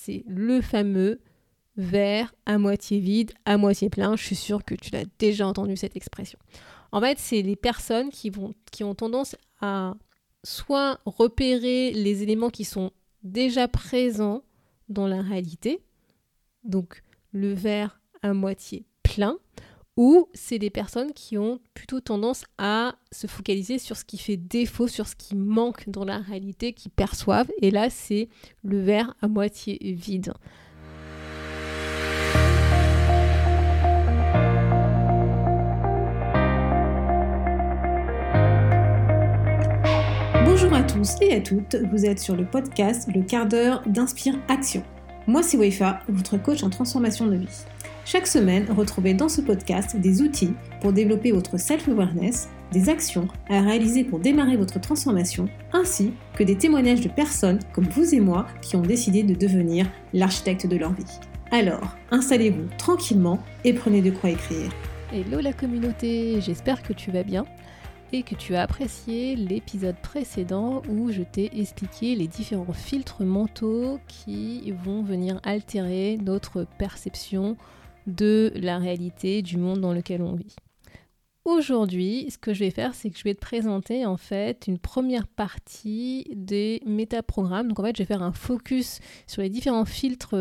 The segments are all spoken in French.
c'est le fameux verre à moitié vide, à moitié plein. Je suis sûre que tu l'as déjà entendu cette expression. En fait, c'est les personnes qui ont tendance à soit repérer les éléments qui sont déjà présents dans la réalité, donc le verre à moitié plein, ou c'est des personnes qui ont plutôt tendance à se focaliser sur ce qui fait défaut, sur ce qui manque dans la réalité, qui perçoivent, et là c'est le verre à moitié vide. Bonjour à tous et à toutes, vous êtes sur le podcast Le quart d'heure d'Inspire Action. Moi c'est Weifa, votre coach en transformation de vie. Chaque semaine, retrouvez dans ce podcast des outils pour développer votre self-awareness, des actions à réaliser pour démarrer votre transformation, ainsi que des témoignages de personnes comme vous et moi qui ont décidé de devenir l'architecte de leur vie. Alors, installez-vous tranquillement et prenez de quoi écrire. Hello la communauté, j'espère que tu vas bien et que tu as apprécié l'épisode précédent où je t'ai expliqué les différents filtres mentaux qui vont venir altérer notre perception de la réalité, du monde dans lequel on vit. Aujourd'hui, ce que je vais faire, c'est que je vais te présenter en fait une première partie des métaprogrammes. Donc en fait, je vais faire un focus sur les différents filtres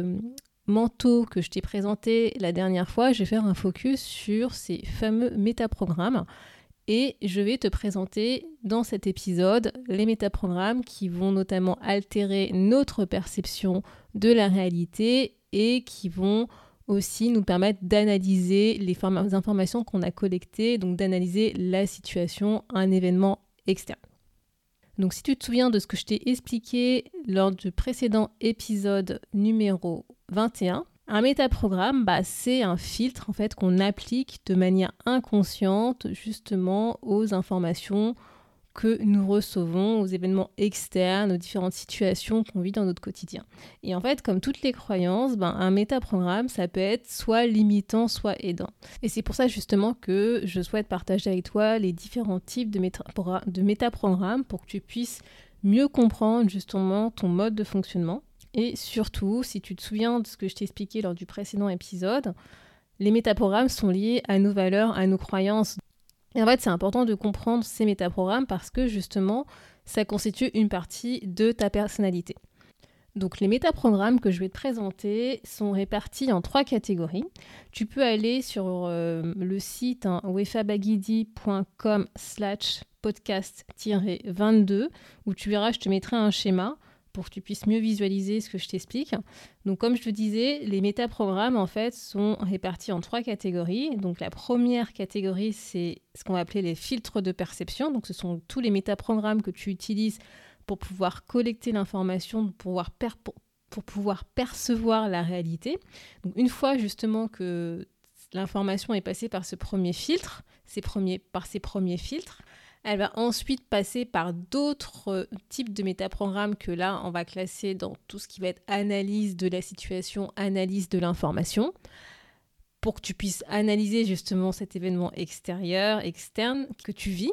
mentaux que je t'ai présentés la dernière fois. Je vais faire un focus sur ces fameux métaprogrammes. Et je vais te présenter dans cet épisode les métaprogrammes qui vont notamment altérer notre perception de la réalité et qui vont aussi nous permettre d'analyser les informations qu'on a collectées, donc d'analyser la situation, un événement externe. Donc si tu te souviens de ce que je t'ai expliqué lors du précédent épisode numéro 21, un métaprogramme, c'est un filtre en fait qu'on applique de manière inconsciente justement aux informations que nous recevons, aux événements externes, aux différentes situations qu'on vit dans notre quotidien. Et en fait, comme toutes les croyances, un métaprogramme, ça peut être soit limitant, soit aidant. Et c'est pour ça justement que je souhaite partager avec toi les différents types de métaprogrammes pour que tu puisses mieux comprendre justement ton mode de fonctionnement. Et surtout, si tu te souviens de ce que je t'ai expliqué lors du précédent épisode, les métaprogrammes sont liés à nos valeurs, à nos croyances. Et en fait, c'est important de comprendre ces métaprogrammes parce que justement, ça constitue une partie de ta personnalité. Donc les métaprogrammes que je vais te présenter sont répartis en 3 catégories. Tu peux aller sur le site wefabagidi.com/podcast-22 où tu verras, je te mettrai un schéma pour que tu puisses mieux visualiser ce que je t'explique. Donc comme je te disais, les métaprogrammes en fait sont répartis en 3 catégories. Donc la première catégorie, c'est ce qu'on va appeler les filtres de perception. Donc ce sont tous les métaprogrammes que tu utilises pour pouvoir collecter l'information, pour pouvoir percevoir la réalité. Donc une fois justement que l'information est passée par ce premier filtre, par ces premiers filtres, elle va ensuite passer par d'autres types de métaprogrammes que là, on va classer dans tout ce qui va être analyse de la situation, analyse de l'information, pour que tu puisses analyser justement cet événement externe que tu vis.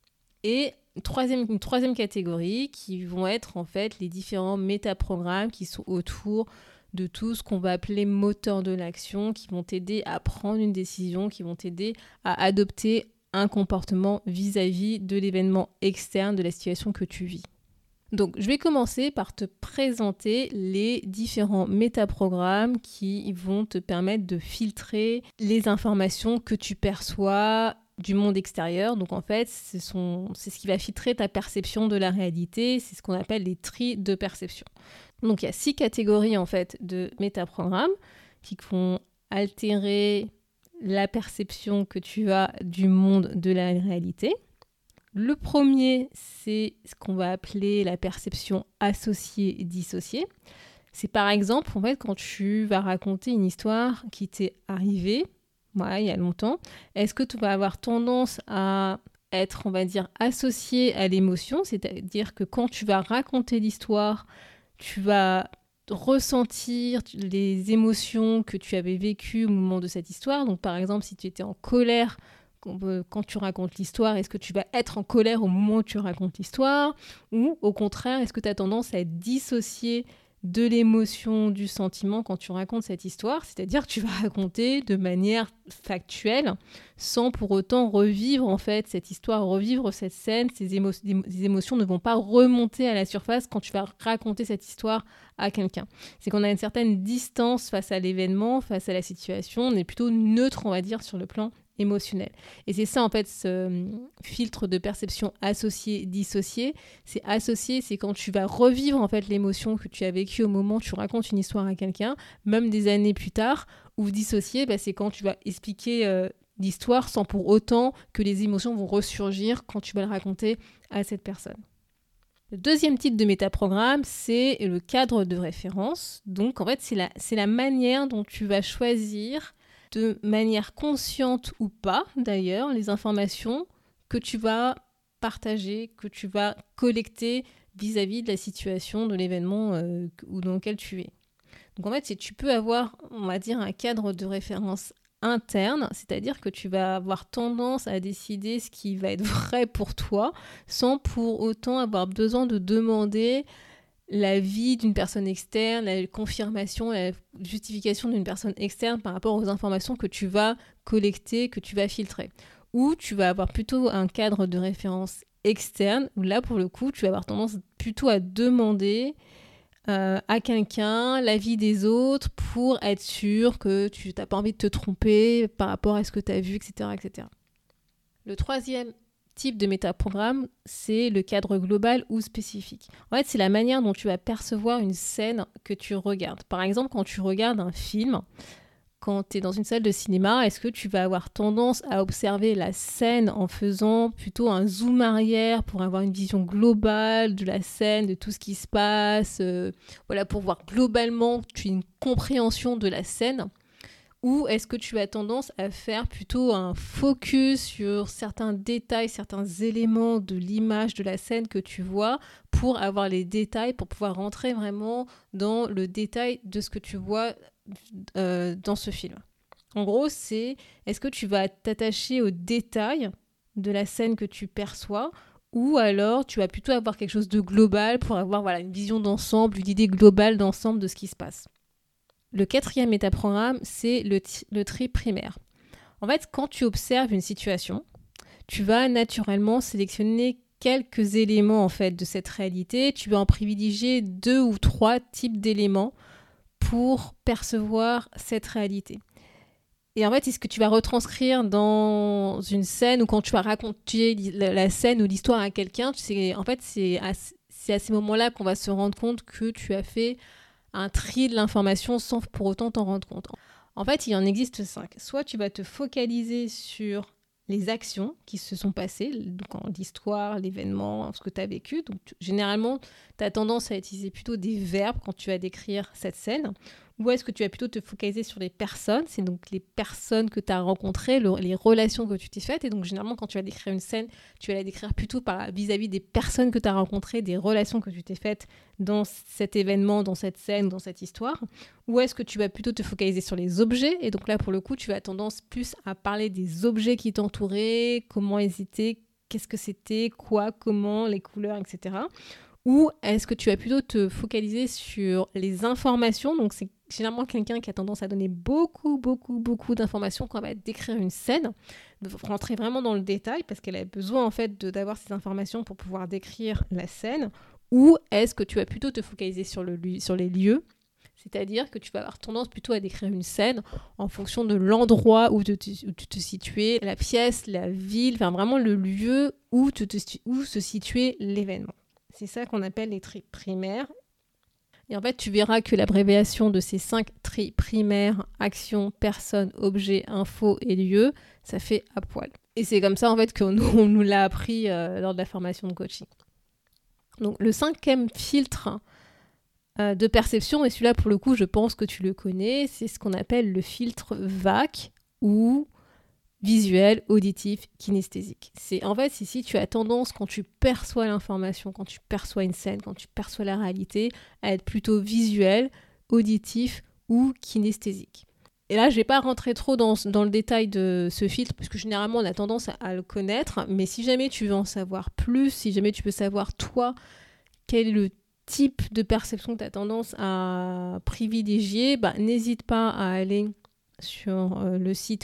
Et une troisième catégorie qui vont être en fait les différents métaprogrammes qui sont autour de tout ce qu'on va appeler moteur de l'action, qui vont t'aider à prendre une décision, qui vont t'aider à adopter un comportement vis-à-vis de l'événement externe, de la situation que tu vis. Donc, je vais commencer par te présenter les différents métaprogrammes qui vont te permettre de filtrer les informations que tu perçois du monde extérieur. Donc, en fait, c'est ce qui va filtrer ta perception de la réalité. C'est ce qu'on appelle les tris de perception. Donc, il y a 6 catégories, en fait, de métaprogrammes qui vont altérer la perception que tu as du monde de la réalité. Le premier, c'est ce qu'on va appeler la perception associée-dissociée. C'est par exemple, en fait, quand tu vas raconter une histoire qui t'est arrivée, il y a longtemps, est-ce que tu vas avoir tendance à être, on va dire, associé à l'émotion, c'est-à-dire que quand tu vas raconter l'histoire, tu vas ressentir les émotions que tu avais vécues au moment de cette histoire. Donc par exemple, si tu étais en colère quand tu racontes l'histoire, est-ce que tu vas être en colère au moment où tu racontes l'histoire ? Ou au contraire, est-ce que tu as tendance à être dissocié de l'émotion, du sentiment quand tu racontes cette histoire, c'est-à-dire que tu vas raconter de manière factuelle, sans pour autant revivre en fait cette histoire, revivre cette scène. Ces émotions ne vont pas remonter à la surface quand tu vas raconter cette histoire à quelqu'un. C'est qu'on a une certaine distance face à l'événement, face à la situation, on est plutôt neutre, on va dire, sur le plan émotionnel. Et c'est ça en fait ce filtre de perception associé-dissocié. C'est associé, c'est quand tu vas revivre en fait l'émotion que tu as vécue au moment où tu racontes une histoire à quelqu'un, même des années plus tard. Ou dissocié, c'est quand tu vas expliquer l'histoire sans pour autant que les émotions vont ressurgir quand tu vas le raconter à cette personne. Le deuxième type de métaprogramme, c'est le cadre de référence. Donc en fait, c'est la manière dont tu vas choisir de manière consciente ou pas d'ailleurs, les informations que tu vas partager, que tu vas collecter vis-à-vis de la situation, de l'événement ou dans lequel tu es. Donc en fait, tu peux avoir, on va dire, un cadre de référence interne, c'est-à-dire que tu vas avoir tendance à décider ce qui va être vrai pour toi, sans pour autant avoir besoin de demander l'avis d'une personne externe, la confirmation, la justification d'une personne externe par rapport aux informations que tu vas collecter, que tu vas filtrer. Ou tu vas avoir plutôt un cadre de référence externe, où là, pour le coup, tu vas avoir tendance plutôt à demander à quelqu'un l'avis des autres pour être sûr que tu n'as pas envie de te tromper par rapport à ce que tu as vu, etc., etc. Le troisième type de métaprogramme, c'est le cadre global ou spécifique. En fait, c'est la manière dont tu vas percevoir une scène que tu regardes. Par exemple, quand tu regardes un film, quand tu es dans une salle de cinéma, est-ce que tu vas avoir tendance à observer la scène en faisant plutôt un zoom arrière pour avoir une vision globale de la scène, de tout ce qui se passe, pour voir globalement, tu as une compréhension de la scène? Ou est-ce que tu as tendance à faire plutôt un focus sur certains détails, certains éléments de l'image de la scène que tu vois pour avoir les détails, pour pouvoir rentrer vraiment dans le détail de ce que tu vois dans ce film? En gros, est-ce que tu vas t'attacher aux détails de la scène que tu perçois ou alors tu vas plutôt avoir quelque chose de global pour avoir une vision d'ensemble, une idée globale d'ensemble de ce qui se passe? Le quatrième métaprogramme, c'est le tri primaire. En fait, quand tu observes une situation, tu vas naturellement sélectionner quelques éléments en fait, de cette réalité. Tu vas en privilégier 2 ou 3 types d'éléments pour percevoir cette réalité. Et en fait, c'est ce que tu vas retranscrire dans une scène ou quand tu vas raconter la scène ou l'histoire à quelqu'un. C'est à ces moments-là qu'on va se rendre compte que tu as fait un tri de l'information sans pour autant t'en rendre compte. En fait, il en existe 5. Soit tu vas te focaliser sur les actions qui se sont passées, donc l'histoire, l'événement, ce que tu as vécu. Donc, généralement, tu as tendance à utiliser plutôt des verbes quand tu vas décrire cette scène. Ou est-ce que tu vas plutôt te focaliser sur les personnes? C'est donc les personnes que tu as rencontrées, les relations que tu t'es faites. Et donc, généralement, quand tu vas décrire une scène, tu vas la décrire plutôt vis-à-vis des personnes que tu as rencontrées, des relations que tu t'es faites dans cet événement, dans cette scène, dans cette histoire. Ou est-ce que tu vas plutôt te focaliser sur les objets? Et donc là, pour le coup, tu as tendance plus à parler des objets qui t'entouraient, comment ils étaient, qu'est-ce que c'était, quoi, comment, les couleurs, etc. Ou est-ce que tu vas plutôt te focaliser sur les informations? Donc, c'est généralement quelqu'un qui a tendance à donner beaucoup d'informations quand elle va décrire une scène, de rentrer vraiment dans le détail parce qu'elle a besoin en fait d'avoir ces informations pour pouvoir décrire la scène. Ou est-ce que tu vas plutôt te focaliser sur les lieux? C'est-à-dire que tu vas avoir tendance plutôt à décrire une scène en fonction de l'endroit où tu te situais, la pièce, la ville, enfin vraiment le lieu où se situait l'événement. C'est ça qu'on appelle les tris primaires. Et en fait, tu verras que l'abréviation de ces 5 tris primaires, action, personne, objet, info et lieu, ça fait à poil. Et c'est comme ça en fait qu'on nous l'a appris lors de la formation de coaching. Donc le 5e filtre de perception, et celui-là pour le coup je pense que tu le connais, c'est ce qu'on appelle le filtre VAC ou visuel, auditif, kinesthésique. C'est si tu as tendance quand tu perçois l'information, quand tu perçois une scène, quand tu perçois la réalité, à être plutôt visuel, auditif ou kinesthésique. Et là, je ne vais pas rentrer trop dans le détail de ce filtre, parce que généralement, on a tendance à le connaître, mais si jamais tu veux en savoir plus, si jamais tu veux savoir, toi, quel est le type de perception que tu as tendance à privilégier, n'hésite pas à aller sur le site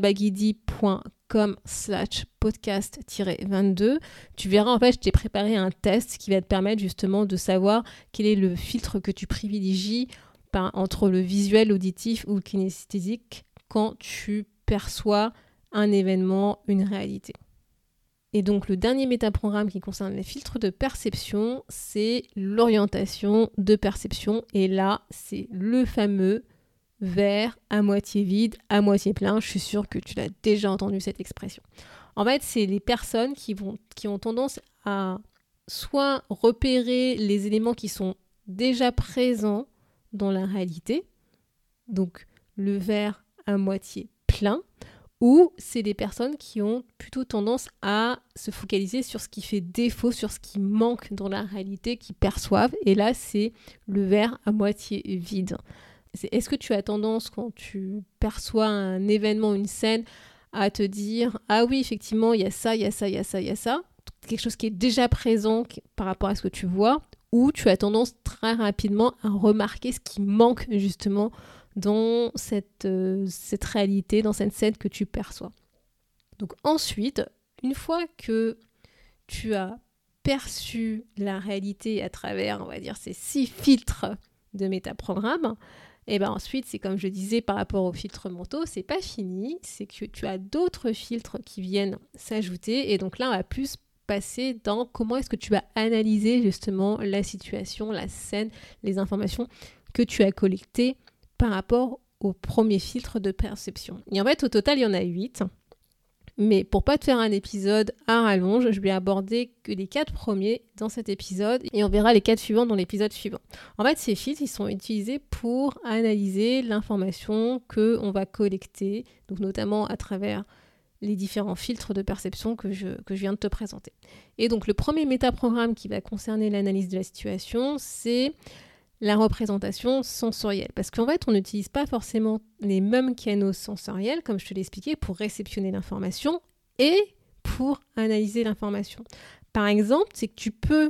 wefabagidi.com/podcast-22. Tu verras, en fait, je t'ai préparé un test qui va te permettre justement de savoir quel est le filtre que tu privilégies entre le visuel, l'auditif ou le kinesthésique quand tu perçois un événement, une réalité. Et donc, le dernier métaprogramme qui concerne les filtres de perception, c'est l'orientation de perception. Et là, c'est le fameux verre à moitié vide, à moitié plein. Je suis sûre que tu l'as déjà entendu cette expression. En fait, c'est les personnes qui ont tendance à soit repérer les éléments qui sont déjà présents dans la réalité, donc le verre à moitié plein, ou c'est des personnes qui ont plutôt tendance à se focaliser sur ce qui fait défaut, sur ce qui manque dans la réalité, qu'ils perçoivent. Et là, c'est le verre à moitié vide. Est-ce que tu as tendance, quand tu perçois un événement, une scène, à te dire « Ah oui, effectivement, il y a ça, il y a ça, il y a ça, il y a ça », quelque chose qui est déjà présent par rapport à ce que tu vois, ou tu as tendance très rapidement à remarquer ce qui manque justement dans cette réalité, dans cette scène que tu perçois. Donc ensuite, une fois que tu as perçu la réalité à travers, on va dire, ces 6 filtres de métaprogramme, et ensuite, c'est comme je disais par rapport aux filtres mentaux, c'est pas fini, c'est que tu as d'autres filtres qui viennent s'ajouter, et donc là, on va plus passer dans comment est-ce que tu vas analyser justement la situation, la scène, les informations que tu as collectées par rapport au premier filtre de perception. Et en fait, au total, il y en a 8. Mais pour pas te faire un épisode à rallonge, je vais aborder que les 4 premiers dans cet épisode et on verra les 4 suivants dans l'épisode suivant. En fait, ces filtres, ils sont utilisés pour analyser l'information qu'on va collecter, donc notamment à travers les différents filtres de perception que je viens de te présenter. Et donc, le premier métaprogramme qui va concerner l'analyse de la situation, c'est la représentation sensorielle. Parce qu'en fait, on n'utilise pas forcément les mêmes canaux sensoriels, comme je te l'ai expliqué, pour réceptionner l'information et pour analyser l'information. Par exemple, c'est que tu peux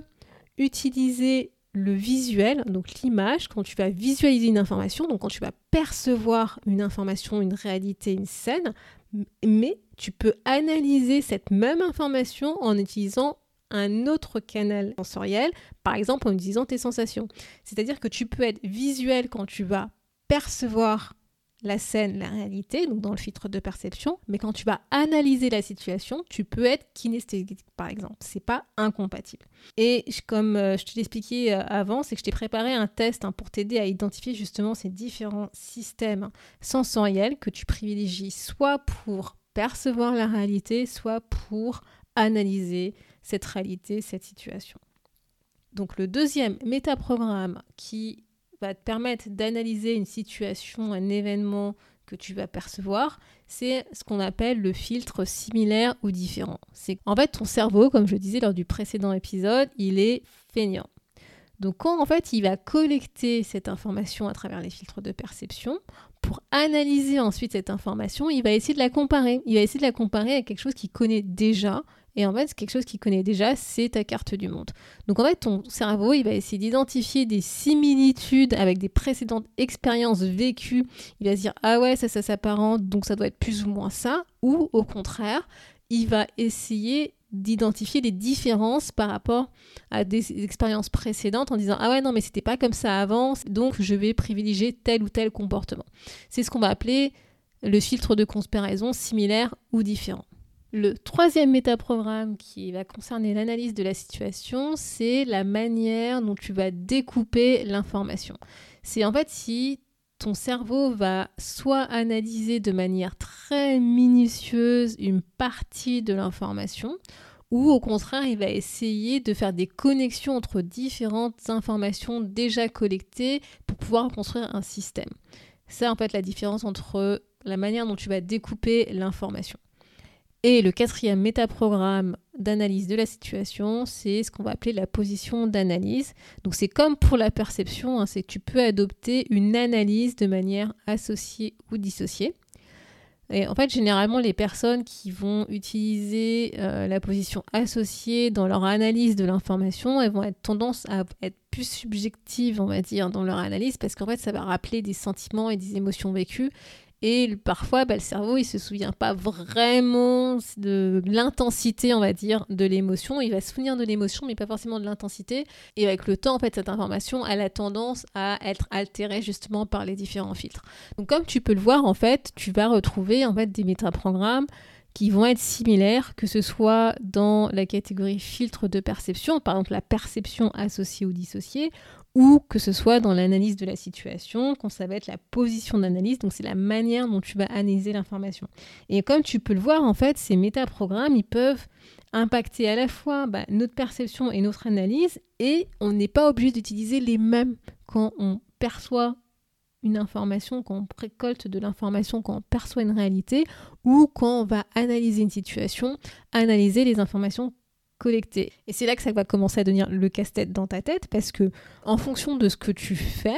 utiliser le visuel, donc l'image, quand tu vas visualiser une information, donc quand tu vas percevoir une information, une réalité, une scène, mais tu peux analyser cette même information en utilisant un autre canal sensoriel, par exemple en utilisant tes sensations. C'est-à-dire que tu peux être visuel quand tu vas percevoir la scène, la réalité, donc dans le filtre de perception, mais quand tu vas analyser la situation, tu peux être kinesthésique, par exemple. C'est pas incompatible. Et comme je te l'ai expliqué avant, c'est que je t'ai préparé un test pour t'aider à identifier justement ces différents systèmes sensoriels que tu privilégies soit pour percevoir la réalité, soit pour analyser cette réalité, cette situation. Donc le deuxième métaprogramme qui va te permettre d'analyser une situation, un événement que tu vas percevoir, c'est ce qu'on appelle le filtre similaire ou différent. C'est en fait ton cerveau, comme je disais lors du précédent épisode, il est feignant. Donc quand en fait il va collecter cette information à travers les filtres de perception, pour analyser ensuite cette information, il va essayer de la comparer. Il va essayer de la comparer à quelque chose qu'il connaît déjà. Et en fait, quelque chose qu'il connaît déjà, c'est ta carte du monde. Donc en fait, ton cerveau, il va essayer d'identifier des similitudes avec des précédentes expériences vécues. Il va se dire, ah ouais, ça s'apparente, donc ça doit être plus ou moins ça. Ou au contraire, il va essayer d'identifier les différences par rapport à des expériences précédentes en disant, ah ouais, non, mais c'était pas comme ça avant, donc je vais privilégier tel ou tel comportement. C'est ce qu'on va appeler le filtre de comparaison similaire ou différent. Le troisième métaprogramme qui va concerner l'analyse de la situation, c'est la manière dont tu vas découper l'information. C'est en fait si ton cerveau va soit analyser de manière très minutieuse une partie de l'information, ou au contraire, il va essayer de faire des connexions entre différentes informations déjà collectées pour pouvoir construire un système. C'est en fait la différence entre la manière dont tu vas découper l'information. Et le quatrième métaprogramme d'analyse de la situation, c'est ce qu'on va appeler la position d'analyse. Donc c'est comme pour la perception, c'est que tu peux adopter une analyse de manière associée ou dissociée. Et en fait, généralement, les personnes qui vont utiliser la position associée dans leur analyse de l'information, elles vont être tendance à être plus subjectives, on va dire, dans leur analyse, parce qu'en fait, ça va rappeler des sentiments et des émotions vécues. Et parfois, le cerveau, il se souvient pas vraiment de l'intensité, on va dire, de l'émotion. Il va se souvenir de l'émotion, mais pas forcément de l'intensité. Et avec le temps, en fait, cette information, elle a tendance à être altérée justement par les différents filtres. Donc, comme tu peux le voir, en fait, tu vas retrouver en fait des métaprogrammes qui vont être similaires, que ce soit dans la catégorie filtre de perception, par exemple la perception associée ou dissociée, ou que ce soit dans l'analyse de la situation, quand ça va être la position d'analyse, donc c'est la manière dont tu vas analyser l'information. Et comme tu peux le voir, en fait, ces métaprogrammes, ils peuvent impacter à la fois notre perception et notre analyse, et on n'est pas obligé d'utiliser les mêmes quand on perçoit une information, quand on récolte de l'information, quand on perçoit une réalité, ou quand on va analyser une situation, analyser les informations collectées. Et c'est là que ça va commencer à devenir le casse-tête dans ta tête, parce que en fonction de ce que tu fais,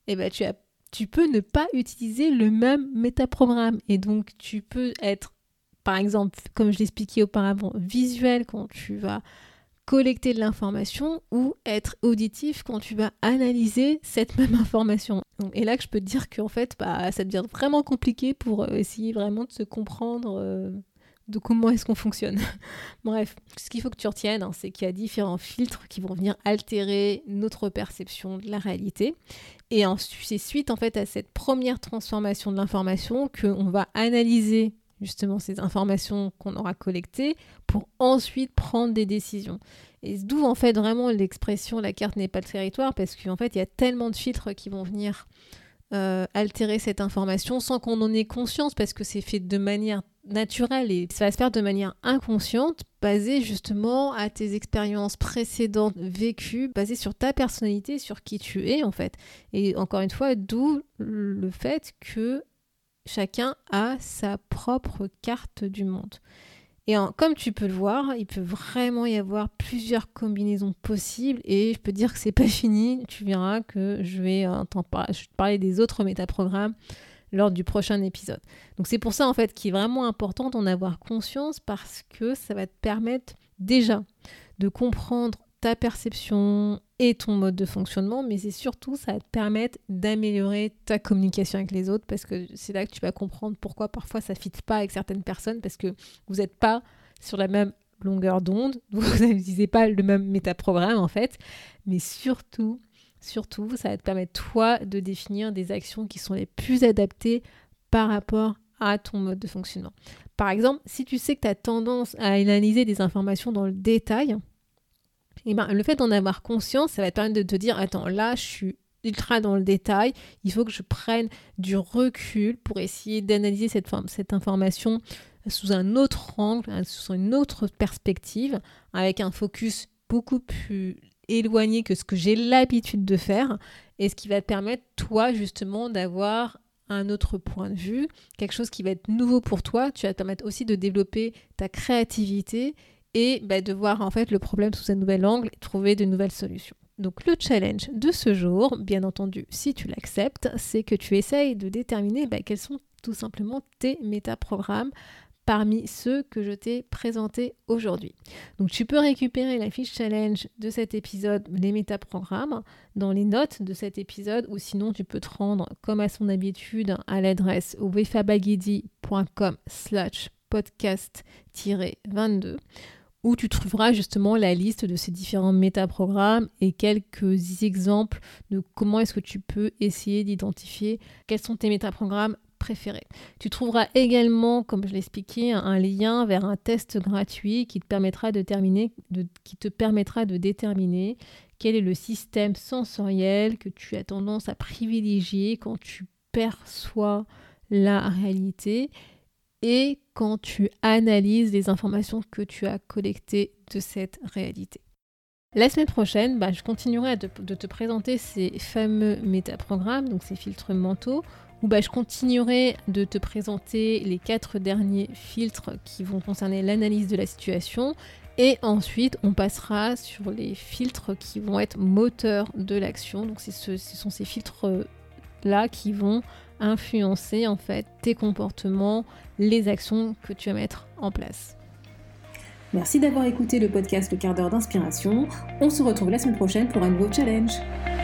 tu peux ne pas utiliser le même métaprogramme. Et donc, tu peux être, par exemple, comme je l'expliquais auparavant, visuel quand tu vas collecter de l'information ou être auditif quand tu vas analyser cette même information. Et là que je peux te dire qu'en fait, ça devient vraiment compliqué pour essayer vraiment de se comprendre de comment est-ce qu'on fonctionne. Bref, ce qu'il faut que tu retiennes, c'est qu'il y a différents filtres qui vont venir altérer notre perception de la réalité. Et c'est suite en fait à cette première transformation de l'information qu'on va analyser justement ces informations qu'on aura collectées pour ensuite prendre des décisions. Et d'où en fait vraiment l'expression « la carte n'est pas le territoire » parce qu'en fait il y a tellement de filtres qui vont venir altérer cette information sans qu'on en ait conscience parce que c'est fait de manière naturelle et ça va se faire de manière inconsciente basée justement à tes expériences précédentes vécues, basées sur ta personnalité, sur qui tu es en fait. Et encore une fois, d'où le fait que chacun a sa propre carte du monde. Et comme tu peux le voir, il peut vraiment y avoir plusieurs combinaisons possibles et je peux te dire que c'est pas fini. Tu verras que je vais te parler des autres métaprogrammes lors du prochain épisode. Donc c'est pour ça en fait qu'il est vraiment important d'en avoir conscience parce que ça va te permettre déjà de comprendre ta perception et ton mode de fonctionnement, mais c'est surtout, ça va te permettre d'améliorer ta communication avec les autres parce que c'est là que tu vas comprendre pourquoi parfois ça ne fit pas avec certaines personnes parce que vous n'êtes pas sur la même longueur d'onde, vous n'utilisez pas le même métaprogramme en fait, mais surtout, ça va te permettre toi de définir des actions qui sont les plus adaptées par rapport à ton mode de fonctionnement. Par exemple, si tu sais que tu as tendance à analyser des informations dans le détail, le fait d'en avoir conscience, ça va te permettre de te dire, attends, là, je suis ultra dans le détail, il faut que je prenne du recul pour essayer d'analyser cette information sous un autre angle, sous une autre perspective, avec un focus beaucoup plus éloigné que ce que j'ai l'habitude de faire, et ce qui va te permettre, toi, justement, d'avoir un autre point de vue, quelque chose qui va être nouveau pour toi. Tu vas te permettre aussi de développer ta créativité et de voir en fait le problème sous un nouvel angle et trouver de nouvelles solutions. Donc le challenge de ce jour, bien entendu, si tu l'acceptes, c'est que tu essayes de déterminer quels sont tout simplement tes métaprogrammes parmi ceux que je t'ai présentés aujourd'hui. Donc tu peux récupérer la fiche challenge de cet épisode, les métaprogrammes, dans les notes de cet épisode, ou sinon tu peux te rendre, comme à son habitude, à l'adresse wefabagidi.com/podcast-22 où tu trouveras justement la liste de ces différents métaprogrammes et quelques exemples de comment est-ce que tu peux essayer d'identifier quels sont tes métaprogrammes préférés. Tu trouveras également, comme je l'ai expliqué, un lien vers un test gratuit qui te permettra de déterminer quel est le système sensoriel que tu as tendance à privilégier quand tu perçois la réalité et quand tu analyses les informations que tu as collectées de cette réalité. La semaine prochaine, je continuerai de te présenter ces fameux métaprogrammes, donc ces filtres mentaux, où je continuerai de te présenter les 4 derniers filtres qui vont concerner l'analyse de la situation, et ensuite on passera sur les filtres qui vont être moteurs de l'action, donc ce sont ces filtres là qui vont influencer en fait tes comportements, les actions que tu vas mettre en place. Merci d'avoir écouté le podcast Le quart d'heure d'inspiration. On se retrouve la semaine prochaine pour un nouveau challenge.